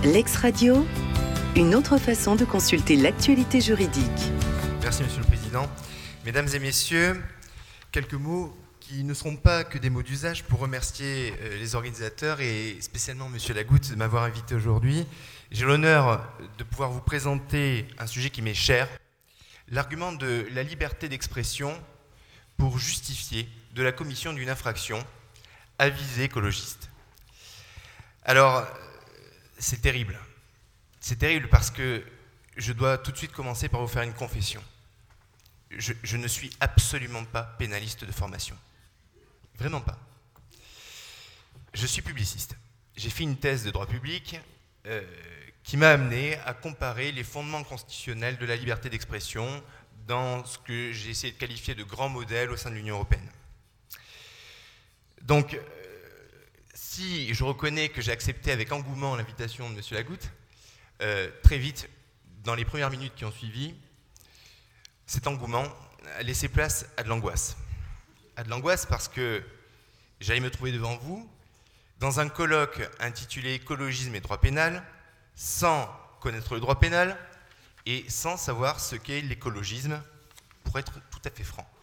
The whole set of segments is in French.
L'ex-radio, une autre façon de consulter l'actualité juridique. Merci Monsieur le Président. Mesdames et Messieurs, quelques mots qui ne seront pas que des mots d'usage pour remercier les organisateurs et spécialement Monsieur Lagoutte de m'avoir invité aujourd'hui. J'ai l'honneur de pouvoir vous présenter un sujet qui m'est cher, l'argument de la liberté d'expression pour justifier de la commission d'une infraction à visée écologiste. Alors, c'est terrible. C'est terrible parce que je dois tout de suite commencer par vous faire une confession. Je ne suis absolument pas pénaliste de formation. Vraiment pas. Je suis publiciste. J'ai fait une thèse de droit public qui m'a amené à comparer les fondements constitutionnels de la liberté d'expression dans ce que j'ai essayé de qualifier de grand modèle au sein de l'Union européenne. Donc, si je reconnais que j'ai accepté avec engouement l'invitation de M. Lagoutte, très vite, dans les premières minutes qui ont suivi, cet engouement a laissé place à de l'angoisse. À de l'angoisse parce que j'allais me trouver devant vous dans un colloque intitulé « Écologisme et droit pénal », sans connaître le droit pénal et sans savoir ce qu'est l'écologisme, pour être tout à fait franc.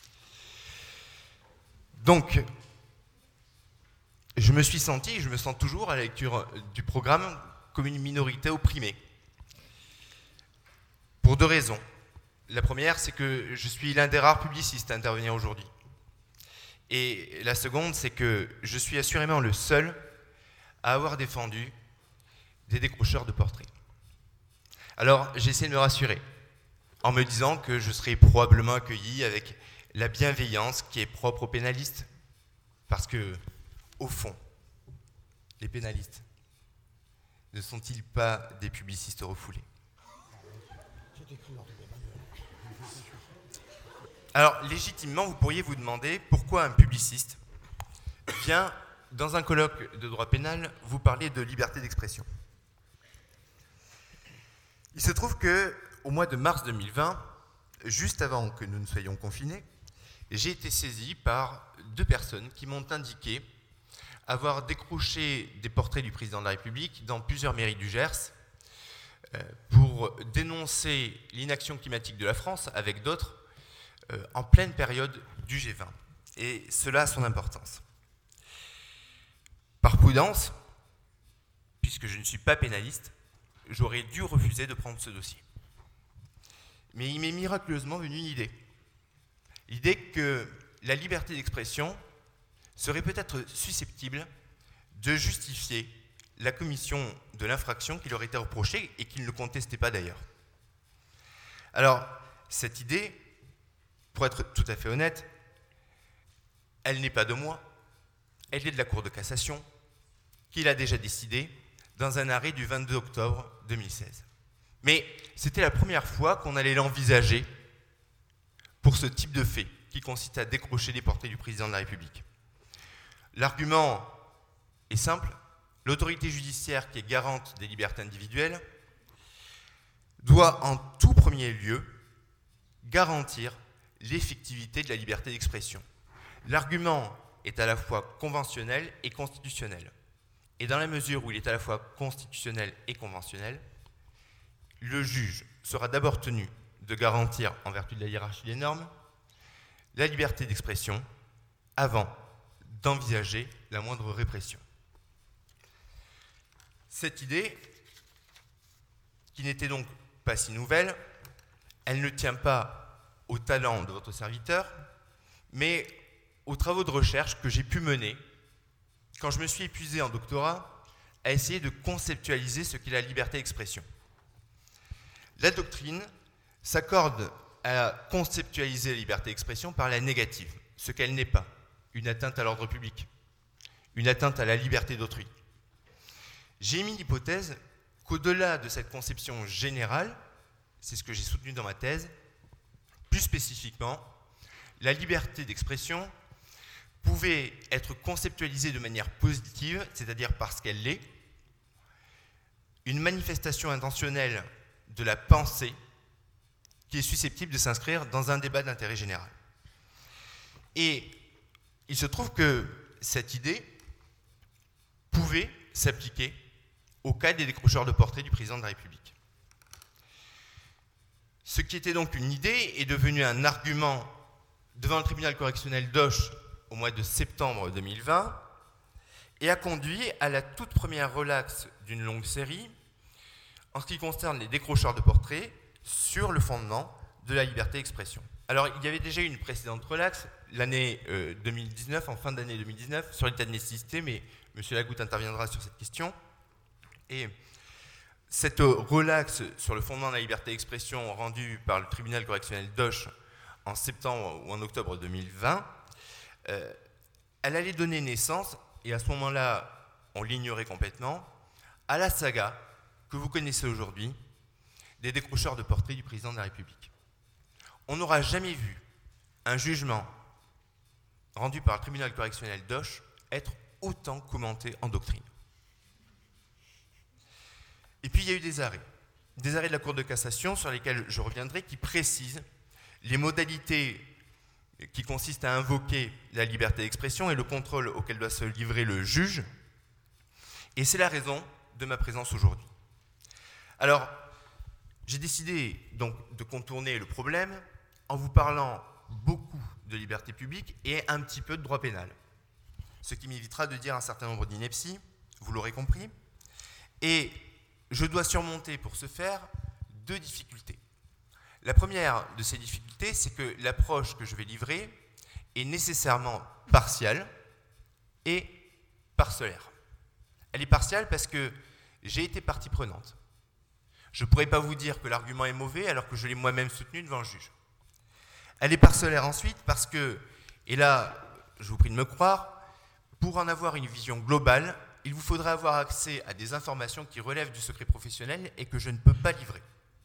Donc, je me suis senti, et je me sens toujours à la lecture du programme, comme une minorité opprimée. Pour deux raisons. La première, c'est que je suis l'un des rares publicistes à intervenir aujourd'hui. Et la seconde, c'est que je suis assurément le seul à avoir défendu des décrocheurs de portraits. Alors, j'ai essayé de me rassurer, en me disant que je serais probablement accueilli avec la bienveillance qui est propre aux pénalistes. Parce que, au fond, les pénalistes ne sont-ils pas des publicistes refoulés ? Alors, légitimement, vous pourriez vous demander pourquoi un publiciste vient, dans un colloque de droit pénal, vous parler de liberté d'expression. Il se trouve qu'au mois de mars 2020, juste avant que nous ne soyons confinés, j'ai été saisi par deux personnes qui m'ont indiqué avoir décroché des portraits du président de la République dans plusieurs mairies du Gers pour dénoncer l'inaction climatique de la France avec d'autres en pleine période du G20. Et cela a son importance. Par prudence, puisque je ne suis pas pénaliste, j'aurais dû refuser de prendre ce dossier. Mais il m'est miraculeusement venu une idée. L'idée que la liberté d'expression serait peut-être susceptible de justifier la commission de l'infraction qui leur était reprochée et qu'ils ne contestaient pas d'ailleurs. Alors, cette idée, pour être tout à fait honnête, elle n'est pas de moi, elle est de la Cour de cassation, qui l'a déjà décidé dans un arrêt du 22 octobre 2016. Mais c'était la première fois qu'on allait l'envisager pour ce type de fait, qui consiste à décrocher les portraits du président de la République. L'argument est simple, l'autorité judiciaire qui est garante des libertés individuelles doit en tout premier lieu garantir l'effectivité de la liberté d'expression. L'argument est à la fois conventionnel et constitutionnel. Et dans la mesure où il est à la fois constitutionnel et conventionnel, le juge sera d'abord tenu de garantir, en vertu de la hiérarchie des normes, la liberté d'expression avant d'envisager la moindre répression. Cette idée, qui n'était donc pas si nouvelle, elle ne tient pas au talent de votre serviteur, mais aux travaux de recherche que j'ai pu mener quand je me suis épuisé en doctorat à essayer de conceptualiser ce qu'est la liberté d'expression. La doctrine s'accorde à conceptualiser la liberté d'expression par la négative, ce qu'elle n'est pas, une atteinte à l'ordre public, une atteinte à la liberté d'autrui. J'ai émis l'hypothèse qu'au-delà de cette conception générale, c'est ce que j'ai soutenu dans ma thèse, plus spécifiquement, la liberté d'expression pouvait être conceptualisée de manière positive, c'est-à-dire parce qu'elle l'est, une manifestation intentionnelle de la pensée qui est susceptible de s'inscrire dans un débat d'intérêt général. Et il se trouve que cette idée pouvait s'appliquer au cas des décrocheurs de portrait du président de la République. Ce qui était donc une idée est devenu un argument devant le tribunal correctionnel d'Auch au mois de septembre 2020 et a conduit à la toute première relaxe d'une longue série en ce qui concerne les décrocheurs de portrait sur le fondement de la liberté d'expression. Alors, il y avait déjà eu une précédente relaxe, l'année 2019, en fin d'année 2019, sur l'état de nécessité, mais M. Lagoutte interviendra sur cette question. Et cette relaxe sur le fondement de la liberté d'expression rendue par le tribunal correctionnel d'Auch en septembre ou en octobre 2020, elle allait donner naissance, et à ce moment-là, on l'ignorait complètement, à la saga que vous connaissez aujourd'hui des décrocheurs de portrait du président de la République. On n'aura jamais vu un jugement rendu par le tribunal correctionnel d'Auch être autant commenté en doctrine. Et puis il y a eu des arrêts de la Cour de cassation sur lesquels je reviendrai, qui précisent les modalités qui consistent à invoquer la liberté d'expression et le contrôle auquel doit se livrer le juge. Et c'est la raison de ma présence aujourd'hui. Alors, j'ai décidé donc de contourner le problème en vous parlant beaucoup de liberté publique et un petit peu de droit pénal. Ce qui m'évitera de dire un certain nombre d'inepties, vous l'aurez compris. Et je dois surmonter pour ce faire 2 difficultés. La première de ces difficultés, c'est que l'approche que je vais livrer est nécessairement partiale et parcellaire. Elle est partiale parce que j'ai été partie prenante. Je ne pourrais pas vous dire que l'argument est mauvais alors que je l'ai moi-même soutenu devant le juge. Elle est parcellaire ensuite parce que, et là, je vous prie de me croire, pour en avoir une vision globale, il vous faudra avoir accès à des informations qui relèvent du secret professionnel et que je ne peux pas livrer.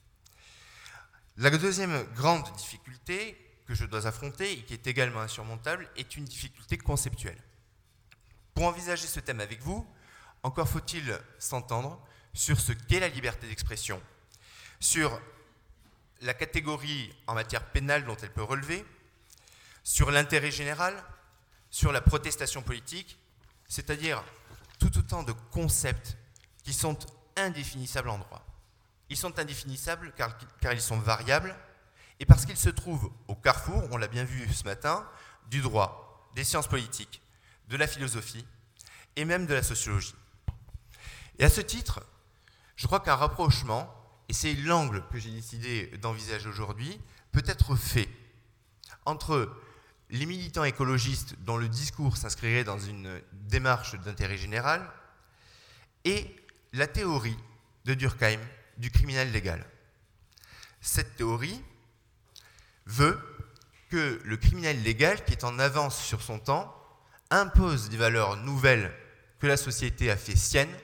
La deuxième grande difficulté que je dois affronter et qui est également insurmontable est une difficulté conceptuelle. Pour envisager ce thème avec vous, encore faut-il s'entendre sur ce qu'est la liberté d'expression, sur la catégorie en matière pénale dont elle peut relever, sur l'intérêt général, sur la protestation politique, c'est-à-dire tout autant de concepts qui sont indéfinissables en droit. Ils sont indéfinissables car ils sont variables et parce qu'ils se trouvent au carrefour, on l'a bien vu ce matin, du droit, des sciences politiques, de la philosophie et même de la sociologie. Et à ce titre, je crois qu'un rapprochement, et c'est l'angle que j'ai décidé d'envisager aujourd'hui, peut être fait entre les militants écologistes dont le discours s'inscrirait dans une démarche d'intérêt général et la théorie de Durkheim du criminel légal. Cette théorie veut que le criminel légal, qui est en avance sur son temps, impose des valeurs nouvelles que la société a fait siennes,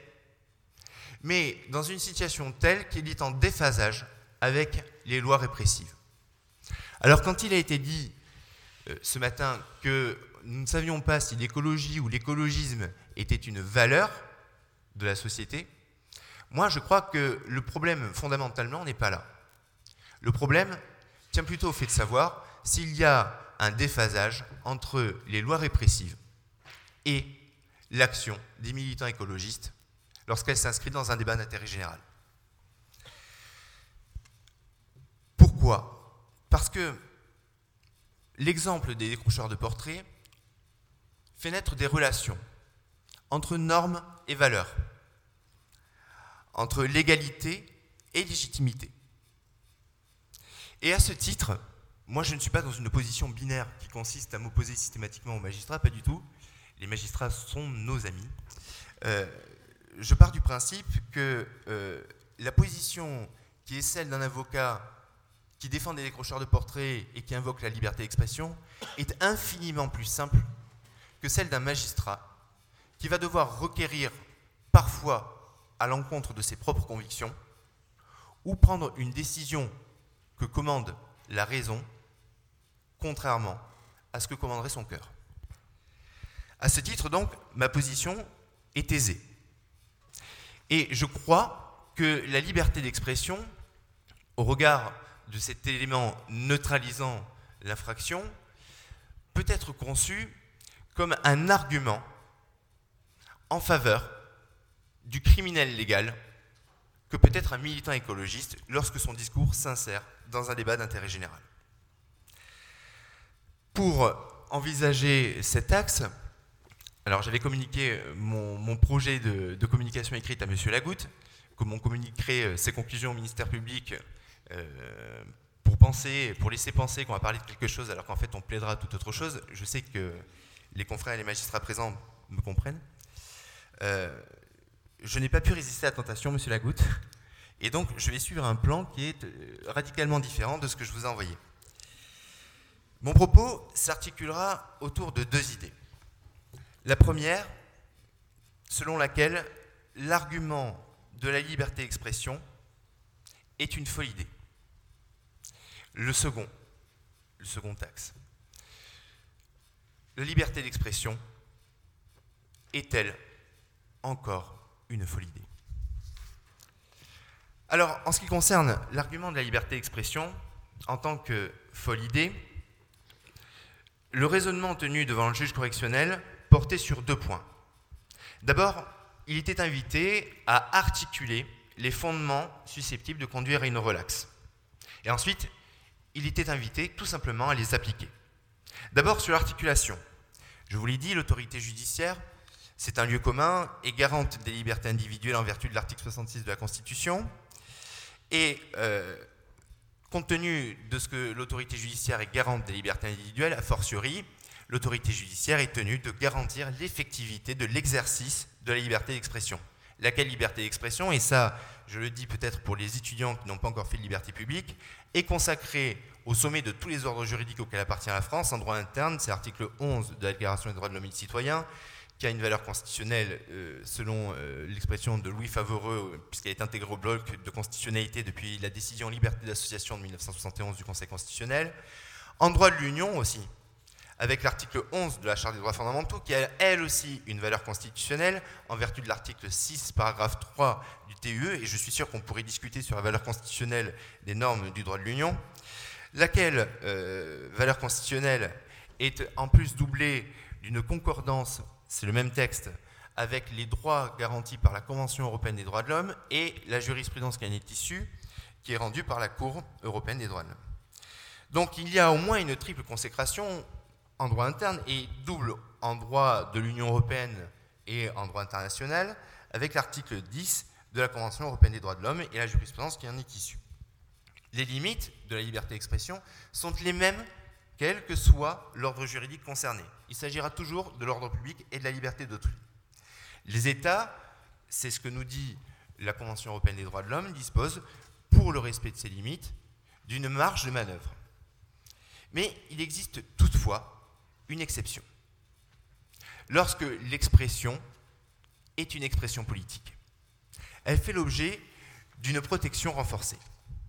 mais dans une situation telle qu'il est en déphasage avec les lois répressives. Alors quand il a été dit ce matin que nous ne savions pas si l'écologie ou l'écologisme était une valeur de la société, moi je crois que le problème fondamentalement n'est pas là. Le problème tient plutôt au fait de savoir s'il y a un déphasage entre les lois répressives et l'action des militants écologistes lorsqu'elle s'inscrit dans un débat d'intérêt général. Pourquoi ? Parce que l'exemple des décrocheurs de portrait fait naître des relations entre normes et valeurs, entre légalité et légitimité. Et à ce titre, moi je ne suis pas dans une opposition binaire qui consiste à m'opposer systématiquement aux magistrats, pas du tout. Les magistrats sont nos amis. Je pars du principe que la position qui est celle d'un avocat qui défend des décrocheurs de portrait et qui invoque la liberté d'expression est infiniment plus simple que celle d'un magistrat qui va devoir requérir parfois à l'encontre de ses propres convictions ou prendre une décision que commande la raison contrairement à ce que commanderait son cœur. À ce titre donc, ma position est aisée. Et je crois que la liberté d'expression, au regard de cet élément neutralisant l'infraction, peut être conçue comme un argument en faveur du criminel légal que peut être un militant écologiste lorsque son discours s'insère dans un débat d'intérêt général. Pour envisager cet axe, alors j'avais communiqué mon projet de communication écrite à M. Lagoutte, comme on communiquerait ses conclusions au ministère public pour laisser penser qu'on va parler de quelque chose alors qu'en fait on plaidera tout autre chose. Je sais que les confrères et les magistrats présents me comprennent. Je n'ai pas pu résister à la tentation, M. Lagoutte, et donc je vais suivre un plan qui est radicalement différent de ce que je vous ai envoyé. Mon propos s'articulera autour de deux idées. La première, selon laquelle l'argument de la liberté d'expression est une folle idée. Le second axe. La liberté d'expression est-elle encore une folle idée? Alors, en ce qui concerne l'argument de la liberté d'expression, en tant que folle idée, le raisonnement tenu devant le juge correctionnel portait sur deux points. D'abord, il était invité à articuler les fondements susceptibles de conduire à une relaxe. Et ensuite, il était invité tout simplement à les appliquer. D'abord, sur l'articulation. Je vous l'ai dit, l'autorité judiciaire, c'est un lieu commun et garante des libertés individuelles en vertu de l'article 66 de la Constitution. Et compte tenu de ce que l'autorité judiciaire est garante des libertés individuelles, a fortiori, l'autorité judiciaire est tenue de garantir l'effectivité de l'exercice de la liberté d'expression. Laquelle liberté d'expression, et ça, je le dis peut-être pour les étudiants qui n'ont pas encore fait de liberté publique, est consacrée au sommet de tous les ordres juridiques auxquels appartient la France, en droit interne, c'est l'article 11 de la Déclaration des droits de l'homme et du citoyen, qui a une valeur constitutionnelle selon l'expression de Louis Favoreux, puisqu'elle est intégrée au bloc de constitutionnalité depuis la décision liberté d'association de 1971 du Conseil constitutionnel. En droit de l'Union aussi, avec l'article 11 de la Charte des droits fondamentaux, qui a elle aussi une valeur constitutionnelle, en vertu de l'article 6, paragraphe 3 du TUE, et je suis sûr qu'on pourrait discuter sur la valeur constitutionnelle des normes du droit de l'Union, laquelle valeur constitutionnelle est en plus doublée d'une concordance, c'est le même texte, avec les droits garantis par la Convention européenne des droits de l'homme et la jurisprudence qui en est issue, qui est rendue par la Cour européenne des droits de l'homme. Donc il y a au moins une triple consécration en droit interne et double en droit de l'Union européenne et en droit international, avec l'article 10 de la Convention européenne des droits de l'homme et la jurisprudence qui en est issue. Les limites de la liberté d'expression sont les mêmes quel que soit l'ordre juridique concerné. Il s'agira toujours de l'ordre public et de la liberté d'autrui. Les États, c'est ce que nous dit la Convention européenne des droits de l'homme, disposent, pour le respect de ces limites, d'une marge de manœuvre. Mais il existe toutefois une exception. Lorsque l'expression est une expression politique, elle fait l'objet d'une protection renforcée.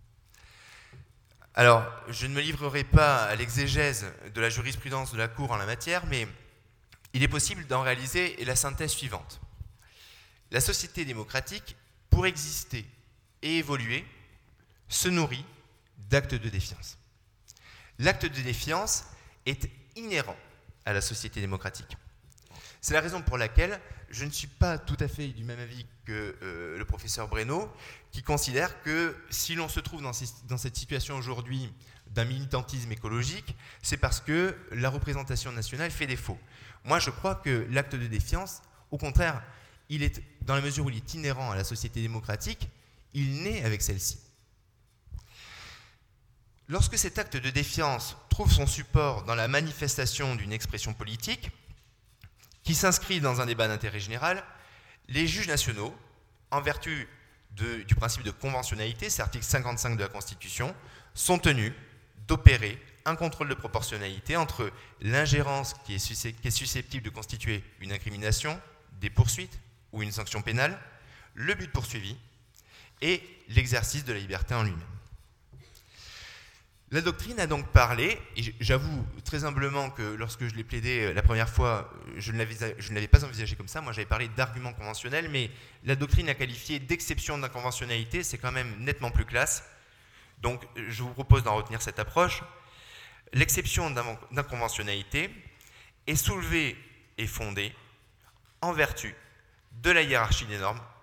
Alors, je ne me livrerai pas à l'exégèse de la jurisprudence de la Cour en la matière, mais il est possible d'en réaliser la synthèse suivante. La société démocratique, pour exister et évoluer, se nourrit d'actes de défiance. L'acte de défiance est inhérent à la société démocratique. C'est la raison pour laquelle je ne suis pas tout à fait du même avis que le professeur Breno, qui considère que si l'on se trouve dans cette situation aujourd'hui d'un militantisme écologique, c'est parce que la représentation nationale fait défaut. Moi, je crois que l'acte de défiance, au contraire, il est, dans la mesure où il est inhérent à la société démocratique, il naît avec celle-ci. Lorsque cet acte de défiance trouve son support dans la manifestation d'une expression politique, qui s'inscrit dans un débat d'intérêt général, les juges nationaux, en vertu du principe de conventionnalité, c'est l'article 55 de la Constitution, sont tenus d'opérer un contrôle de proportionnalité entre l'ingérence qui est susceptible de constituer une incrimination, des poursuites ou une sanction pénale, le but poursuivi et l'exercice de la liberté en lui-même. La doctrine a donc parlé, et j'avoue très humblement que lorsque je l'ai plaidé la première fois, je ne l'avais pas envisagé comme ça, moi j'avais parlé d'argument conventionnel, mais la doctrine a qualifié d'exception d'inconventionnalité, c'est quand même nettement plus classe, donc je vous propose d'en retenir cette approche. L'exception d'inconventionnalité est soulevée et fondée en vertu de la hiérarchie des normes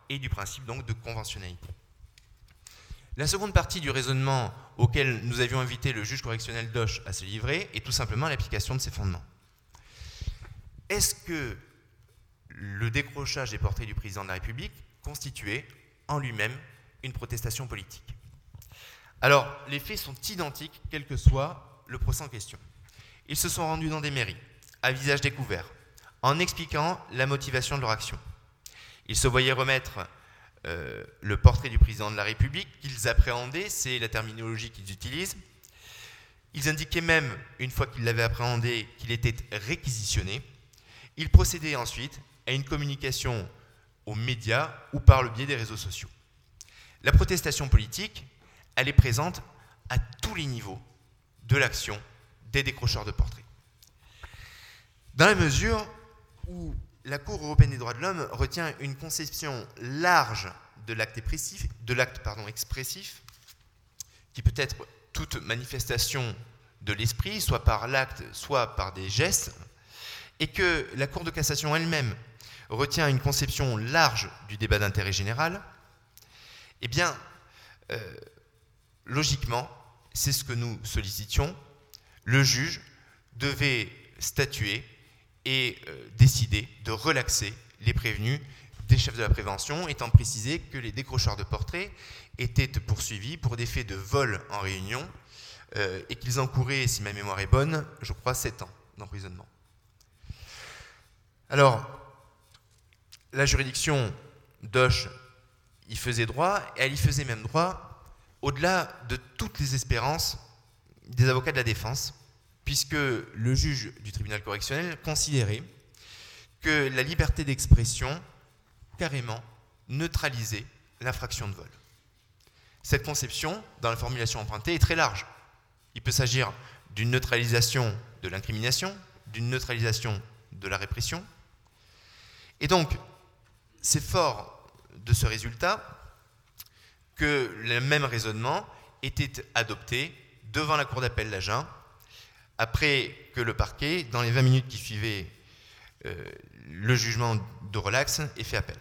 et du principe donc de conventionnalité. La seconde partie du raisonnement auquel nous avions invité le juge correctionnel Doche à se livrer est tout simplement l'application de ces fondements. Est-ce que le décrochage des portraits du président de la République constituait en lui-même une protestation politique? Alors, les faits sont identiques, quel que soit le procès en question. Ils se sont rendus dans des mairies, à visage découvert, en expliquant la motivation de leur action. Ils se voyaient remettre le portrait du président de la République qu'ils appréhendaient, c'est la terminologie qu'ils utilisent. Ils indiquaient même, une fois qu'ils l'avaient appréhendé, qu'il était réquisitionné. Ils procédaient ensuite à une communication aux médias ou par le biais des réseaux sociaux. La protestation politique, elle est présente à tous les niveaux de l'action des décrocheurs de portraits. Dans la mesure où la Cour européenne des droits de l'homme retient une conception large de l'acte expressif, qui peut être toute manifestation de l'esprit, soit par l'acte, soit par des gestes, et que la Cour de cassation elle-même retient une conception large du débat d'intérêt général, eh bien, logiquement, c'est ce que nous sollicitions, le juge devait statuer et décider de relaxer les prévenus des chefs de la prévention, étant précisé que les décrocheurs de portraits étaient poursuivis pour des faits de vol en réunion et qu'ils encouraient, si ma mémoire est bonne, je crois 7 ans d'emprisonnement. Alors, la juridiction Doche y faisait droit, et elle y faisait même droit au-delà de toutes les espérances des avocats de la défense, puisque le juge du tribunal correctionnel considérait que la liberté d'expression carrément neutralisait l'infraction de vol. Cette conception, dans la formulation empruntée, est très large. Il peut s'agir d'une neutralisation de l'incrimination, d'une neutralisation de la répression. Et donc, c'est fort de ce résultat que le même raisonnement était adopté devant la cour d'appel d'Agen, après que le parquet, dans les 20 minutes qui suivaient le jugement de relax, ait fait appel.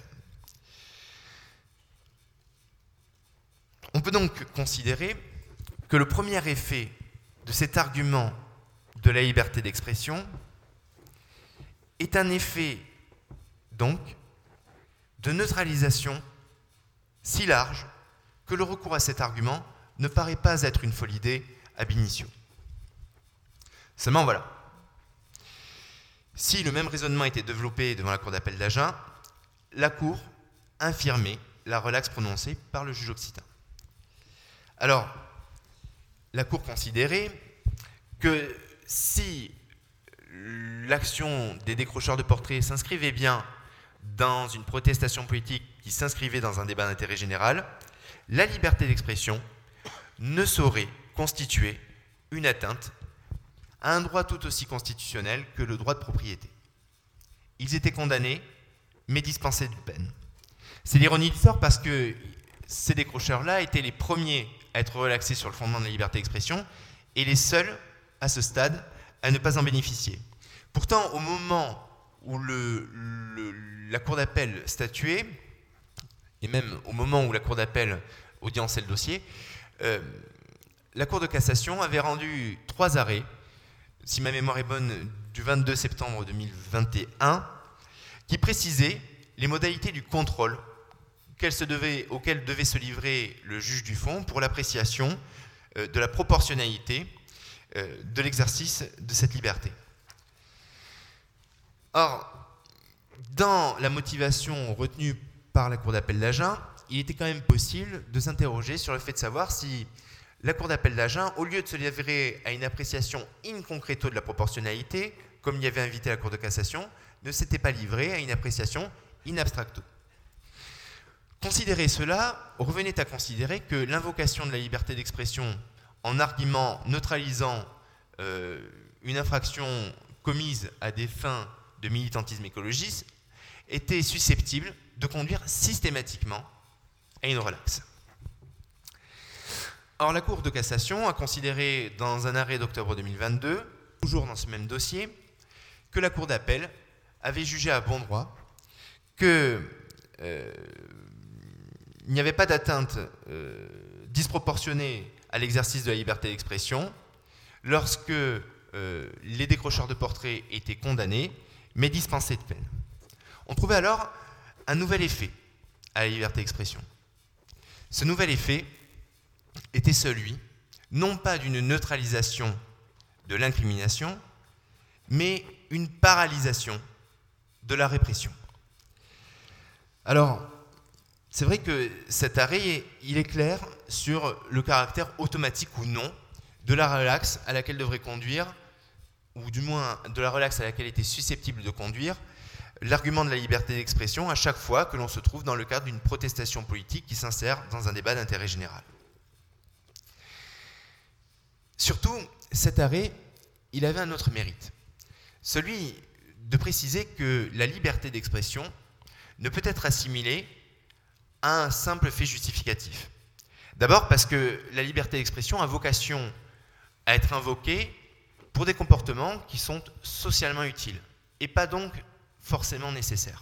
On peut donc considérer que le premier effet de cet argument de la liberté d'expression est un effet, donc, de neutralisation si large que le recours à cet argument ne paraît pas être une folle idée ab initio. Seulement voilà, si le même raisonnement était développé devant la cour d'appel d'Agen, la cour infirmait la relaxe prononcée par le juge occitan. Alors, la cour considérait que si l'action des décrocheurs de portraits s'inscrivait bien dans une protestation politique qui s'inscrivait dans un débat d'intérêt général, la liberté d'expression ne saurait constituer une atteinte à un droit tout aussi constitutionnel que le droit de propriété. Ils étaient condamnés, mais dispensés de peine. C'est l'ironie du sort parce que ces décrocheurs-là étaient les premiers à être relaxés sur le fondement de la liberté d'expression et les seuls, à ce stade, à ne pas en bénéficier. Pourtant, au moment où la cour d'appel statuait, et même au moment où la cour d'appel audiençait le dossier, la Cour de cassation avait rendu 3 arrêts, si ma mémoire est bonne, du 22 septembre 2021, qui précisaient les modalités du contrôle auquel devait se livrer le juge du fond pour l'appréciation de la proportionnalité de l'exercice de cette liberté. Or, dans la motivation retenue par la Cour d'appel d'Agen, il était quand même possible de s'interroger sur le fait de savoir si la Cour d'appel d'Agen, au lieu de se livrer à une appréciation in concreto de la proportionnalité, comme y avait invité la Cour de cassation, ne s'était pas livrée à une appréciation in abstracto. Considérer cela revenait à considérer que l'invocation de la liberté d'expression en argument neutralisant une infraction commise à des fins de militantisme écologiste était susceptible de conduire systématiquement à une relaxe. Or, la Cour de cassation a considéré dans un arrêt d'octobre 2022, toujours dans ce même dossier, que la Cour d'appel avait jugé à bon droit que il n'y avait pas d'atteinte disproportionnée à l'exercice de la liberté d'expression lorsque les décrocheurs de portraits étaient condamnés, mais dispensés de peine. On trouvait alors un nouvel effet à la liberté d'expression. Ce nouvel effet était celui, non pas d'une neutralisation de l'incrimination, mais une paralysation de la répression. Alors, c'est vrai que cet arrêt, il est clair sur le caractère automatique ou non de la relaxe à laquelle devrait conduire, ou du moins de la relaxe à laquelle était susceptible de conduire, l'argument de la liberté d'expression à chaque fois que l'on se trouve dans le cadre d'une protestation politique qui s'insère dans un débat d'intérêt général. Surtout, cet arrêt, il avait un autre mérite, celui de préciser que la liberté d'expression ne peut être assimilée à un simple fait justificatif. D'abord parce que la liberté d'expression a vocation à être invoquée pour des comportements qui sont socialement utiles et pas donc forcément nécessaires.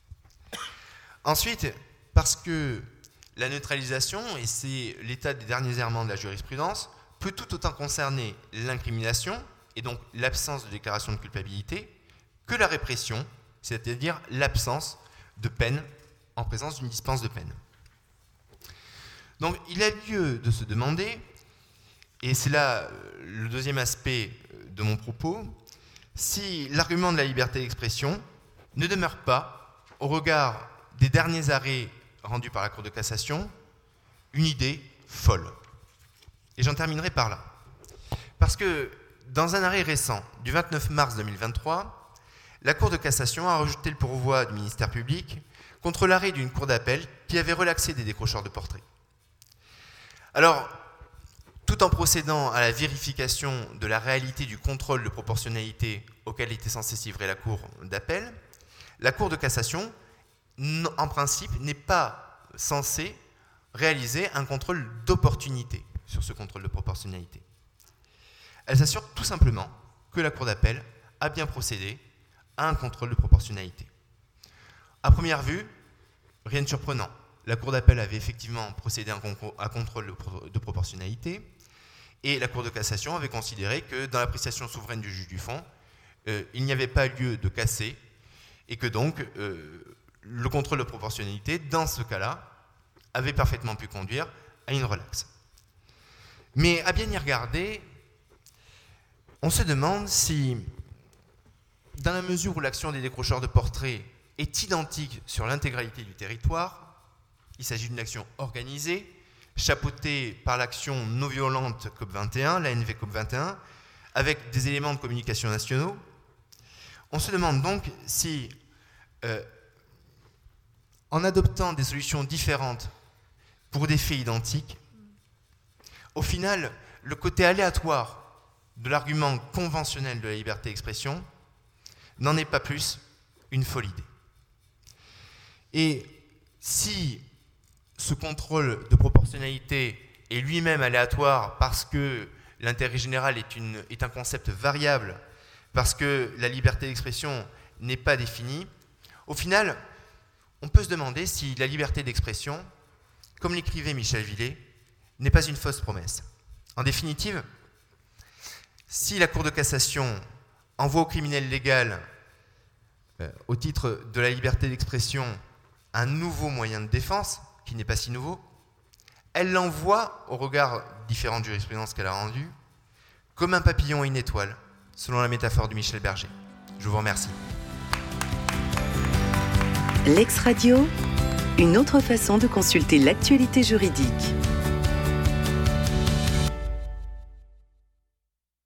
Ensuite, parce que la neutralisation, et c'est l'état des derniers errements de la jurisprudence, peut tout autant concerner l'incrimination, et donc l'absence de déclaration de culpabilité, que la répression, c'est-à-dire l'absence de peine en présence d'une dispense de peine. Donc il a lieu de se demander, et c'est là le deuxième aspect de mon propos, si l'argument de la liberté d'expression ne demeure pas, au regard des derniers arrêts rendus par la Cour de cassation, une idée folle. Et j'en terminerai par là. Parce que dans un arrêt récent du 29 mars 2023, la Cour de cassation a rejeté le pourvoi du ministère public contre l'arrêt d'une cour d'appel qui avait relaxé des décrocheurs de portraits. Alors, tout en procédant à la vérification de la réalité du contrôle de proportionnalité auquel était censée s'y livrer la Cour d'appel, la Cour de cassation, en principe, n'est pas censée réaliser un contrôle d'opportunité sur ce contrôle de proportionnalité. Elle s'assure tout simplement que la Cour d'appel a bien procédé à un contrôle de proportionnalité. À première vue, rien de surprenant. La Cour d'appel avait effectivement procédé à un contrôle de proportionnalité et la Cour de cassation avait considéré que dans l'appréciation souveraine du juge du fond, il n'y avait pas lieu de casser et que donc le contrôle de proportionnalité, dans ce cas-là, avait parfaitement pu conduire à une relaxe. Mais à bien y regarder, on se demande si, dans la mesure où l'action des décrocheurs de portraits est identique sur l'intégralité du territoire, il s'agit d'une action organisée, chapeautée par l'action non violente COP21, l'ANV COP21, avec des éléments de communication nationaux. On se demande donc si, en adoptant des solutions différentes pour des faits identiques, au final, le côté aléatoire de l'argument conventionnel de la liberté d'expression n'en est pas plus une folle idée. Et si ce contrôle de proportionnalité est lui-même aléatoire parce que l'intérêt général est un concept variable, parce que la liberté d'expression n'est pas définie, au final, on peut se demander si la liberté d'expression, comme l'écrivait Michel Villet, n'est pas une fausse promesse. En définitive, si la Cour de cassation envoie au criminel légal, au titre de la liberté d'expression, un nouveau moyen de défense, qui n'est pas si nouveau, elle l'envoie, au regard différentes jurisprudences qu'elle a rendues, comme un papillon et une étoile, selon la métaphore de Michel Berger. Je vous remercie. Lex Radio, une autre façon de consulter l'actualité juridique.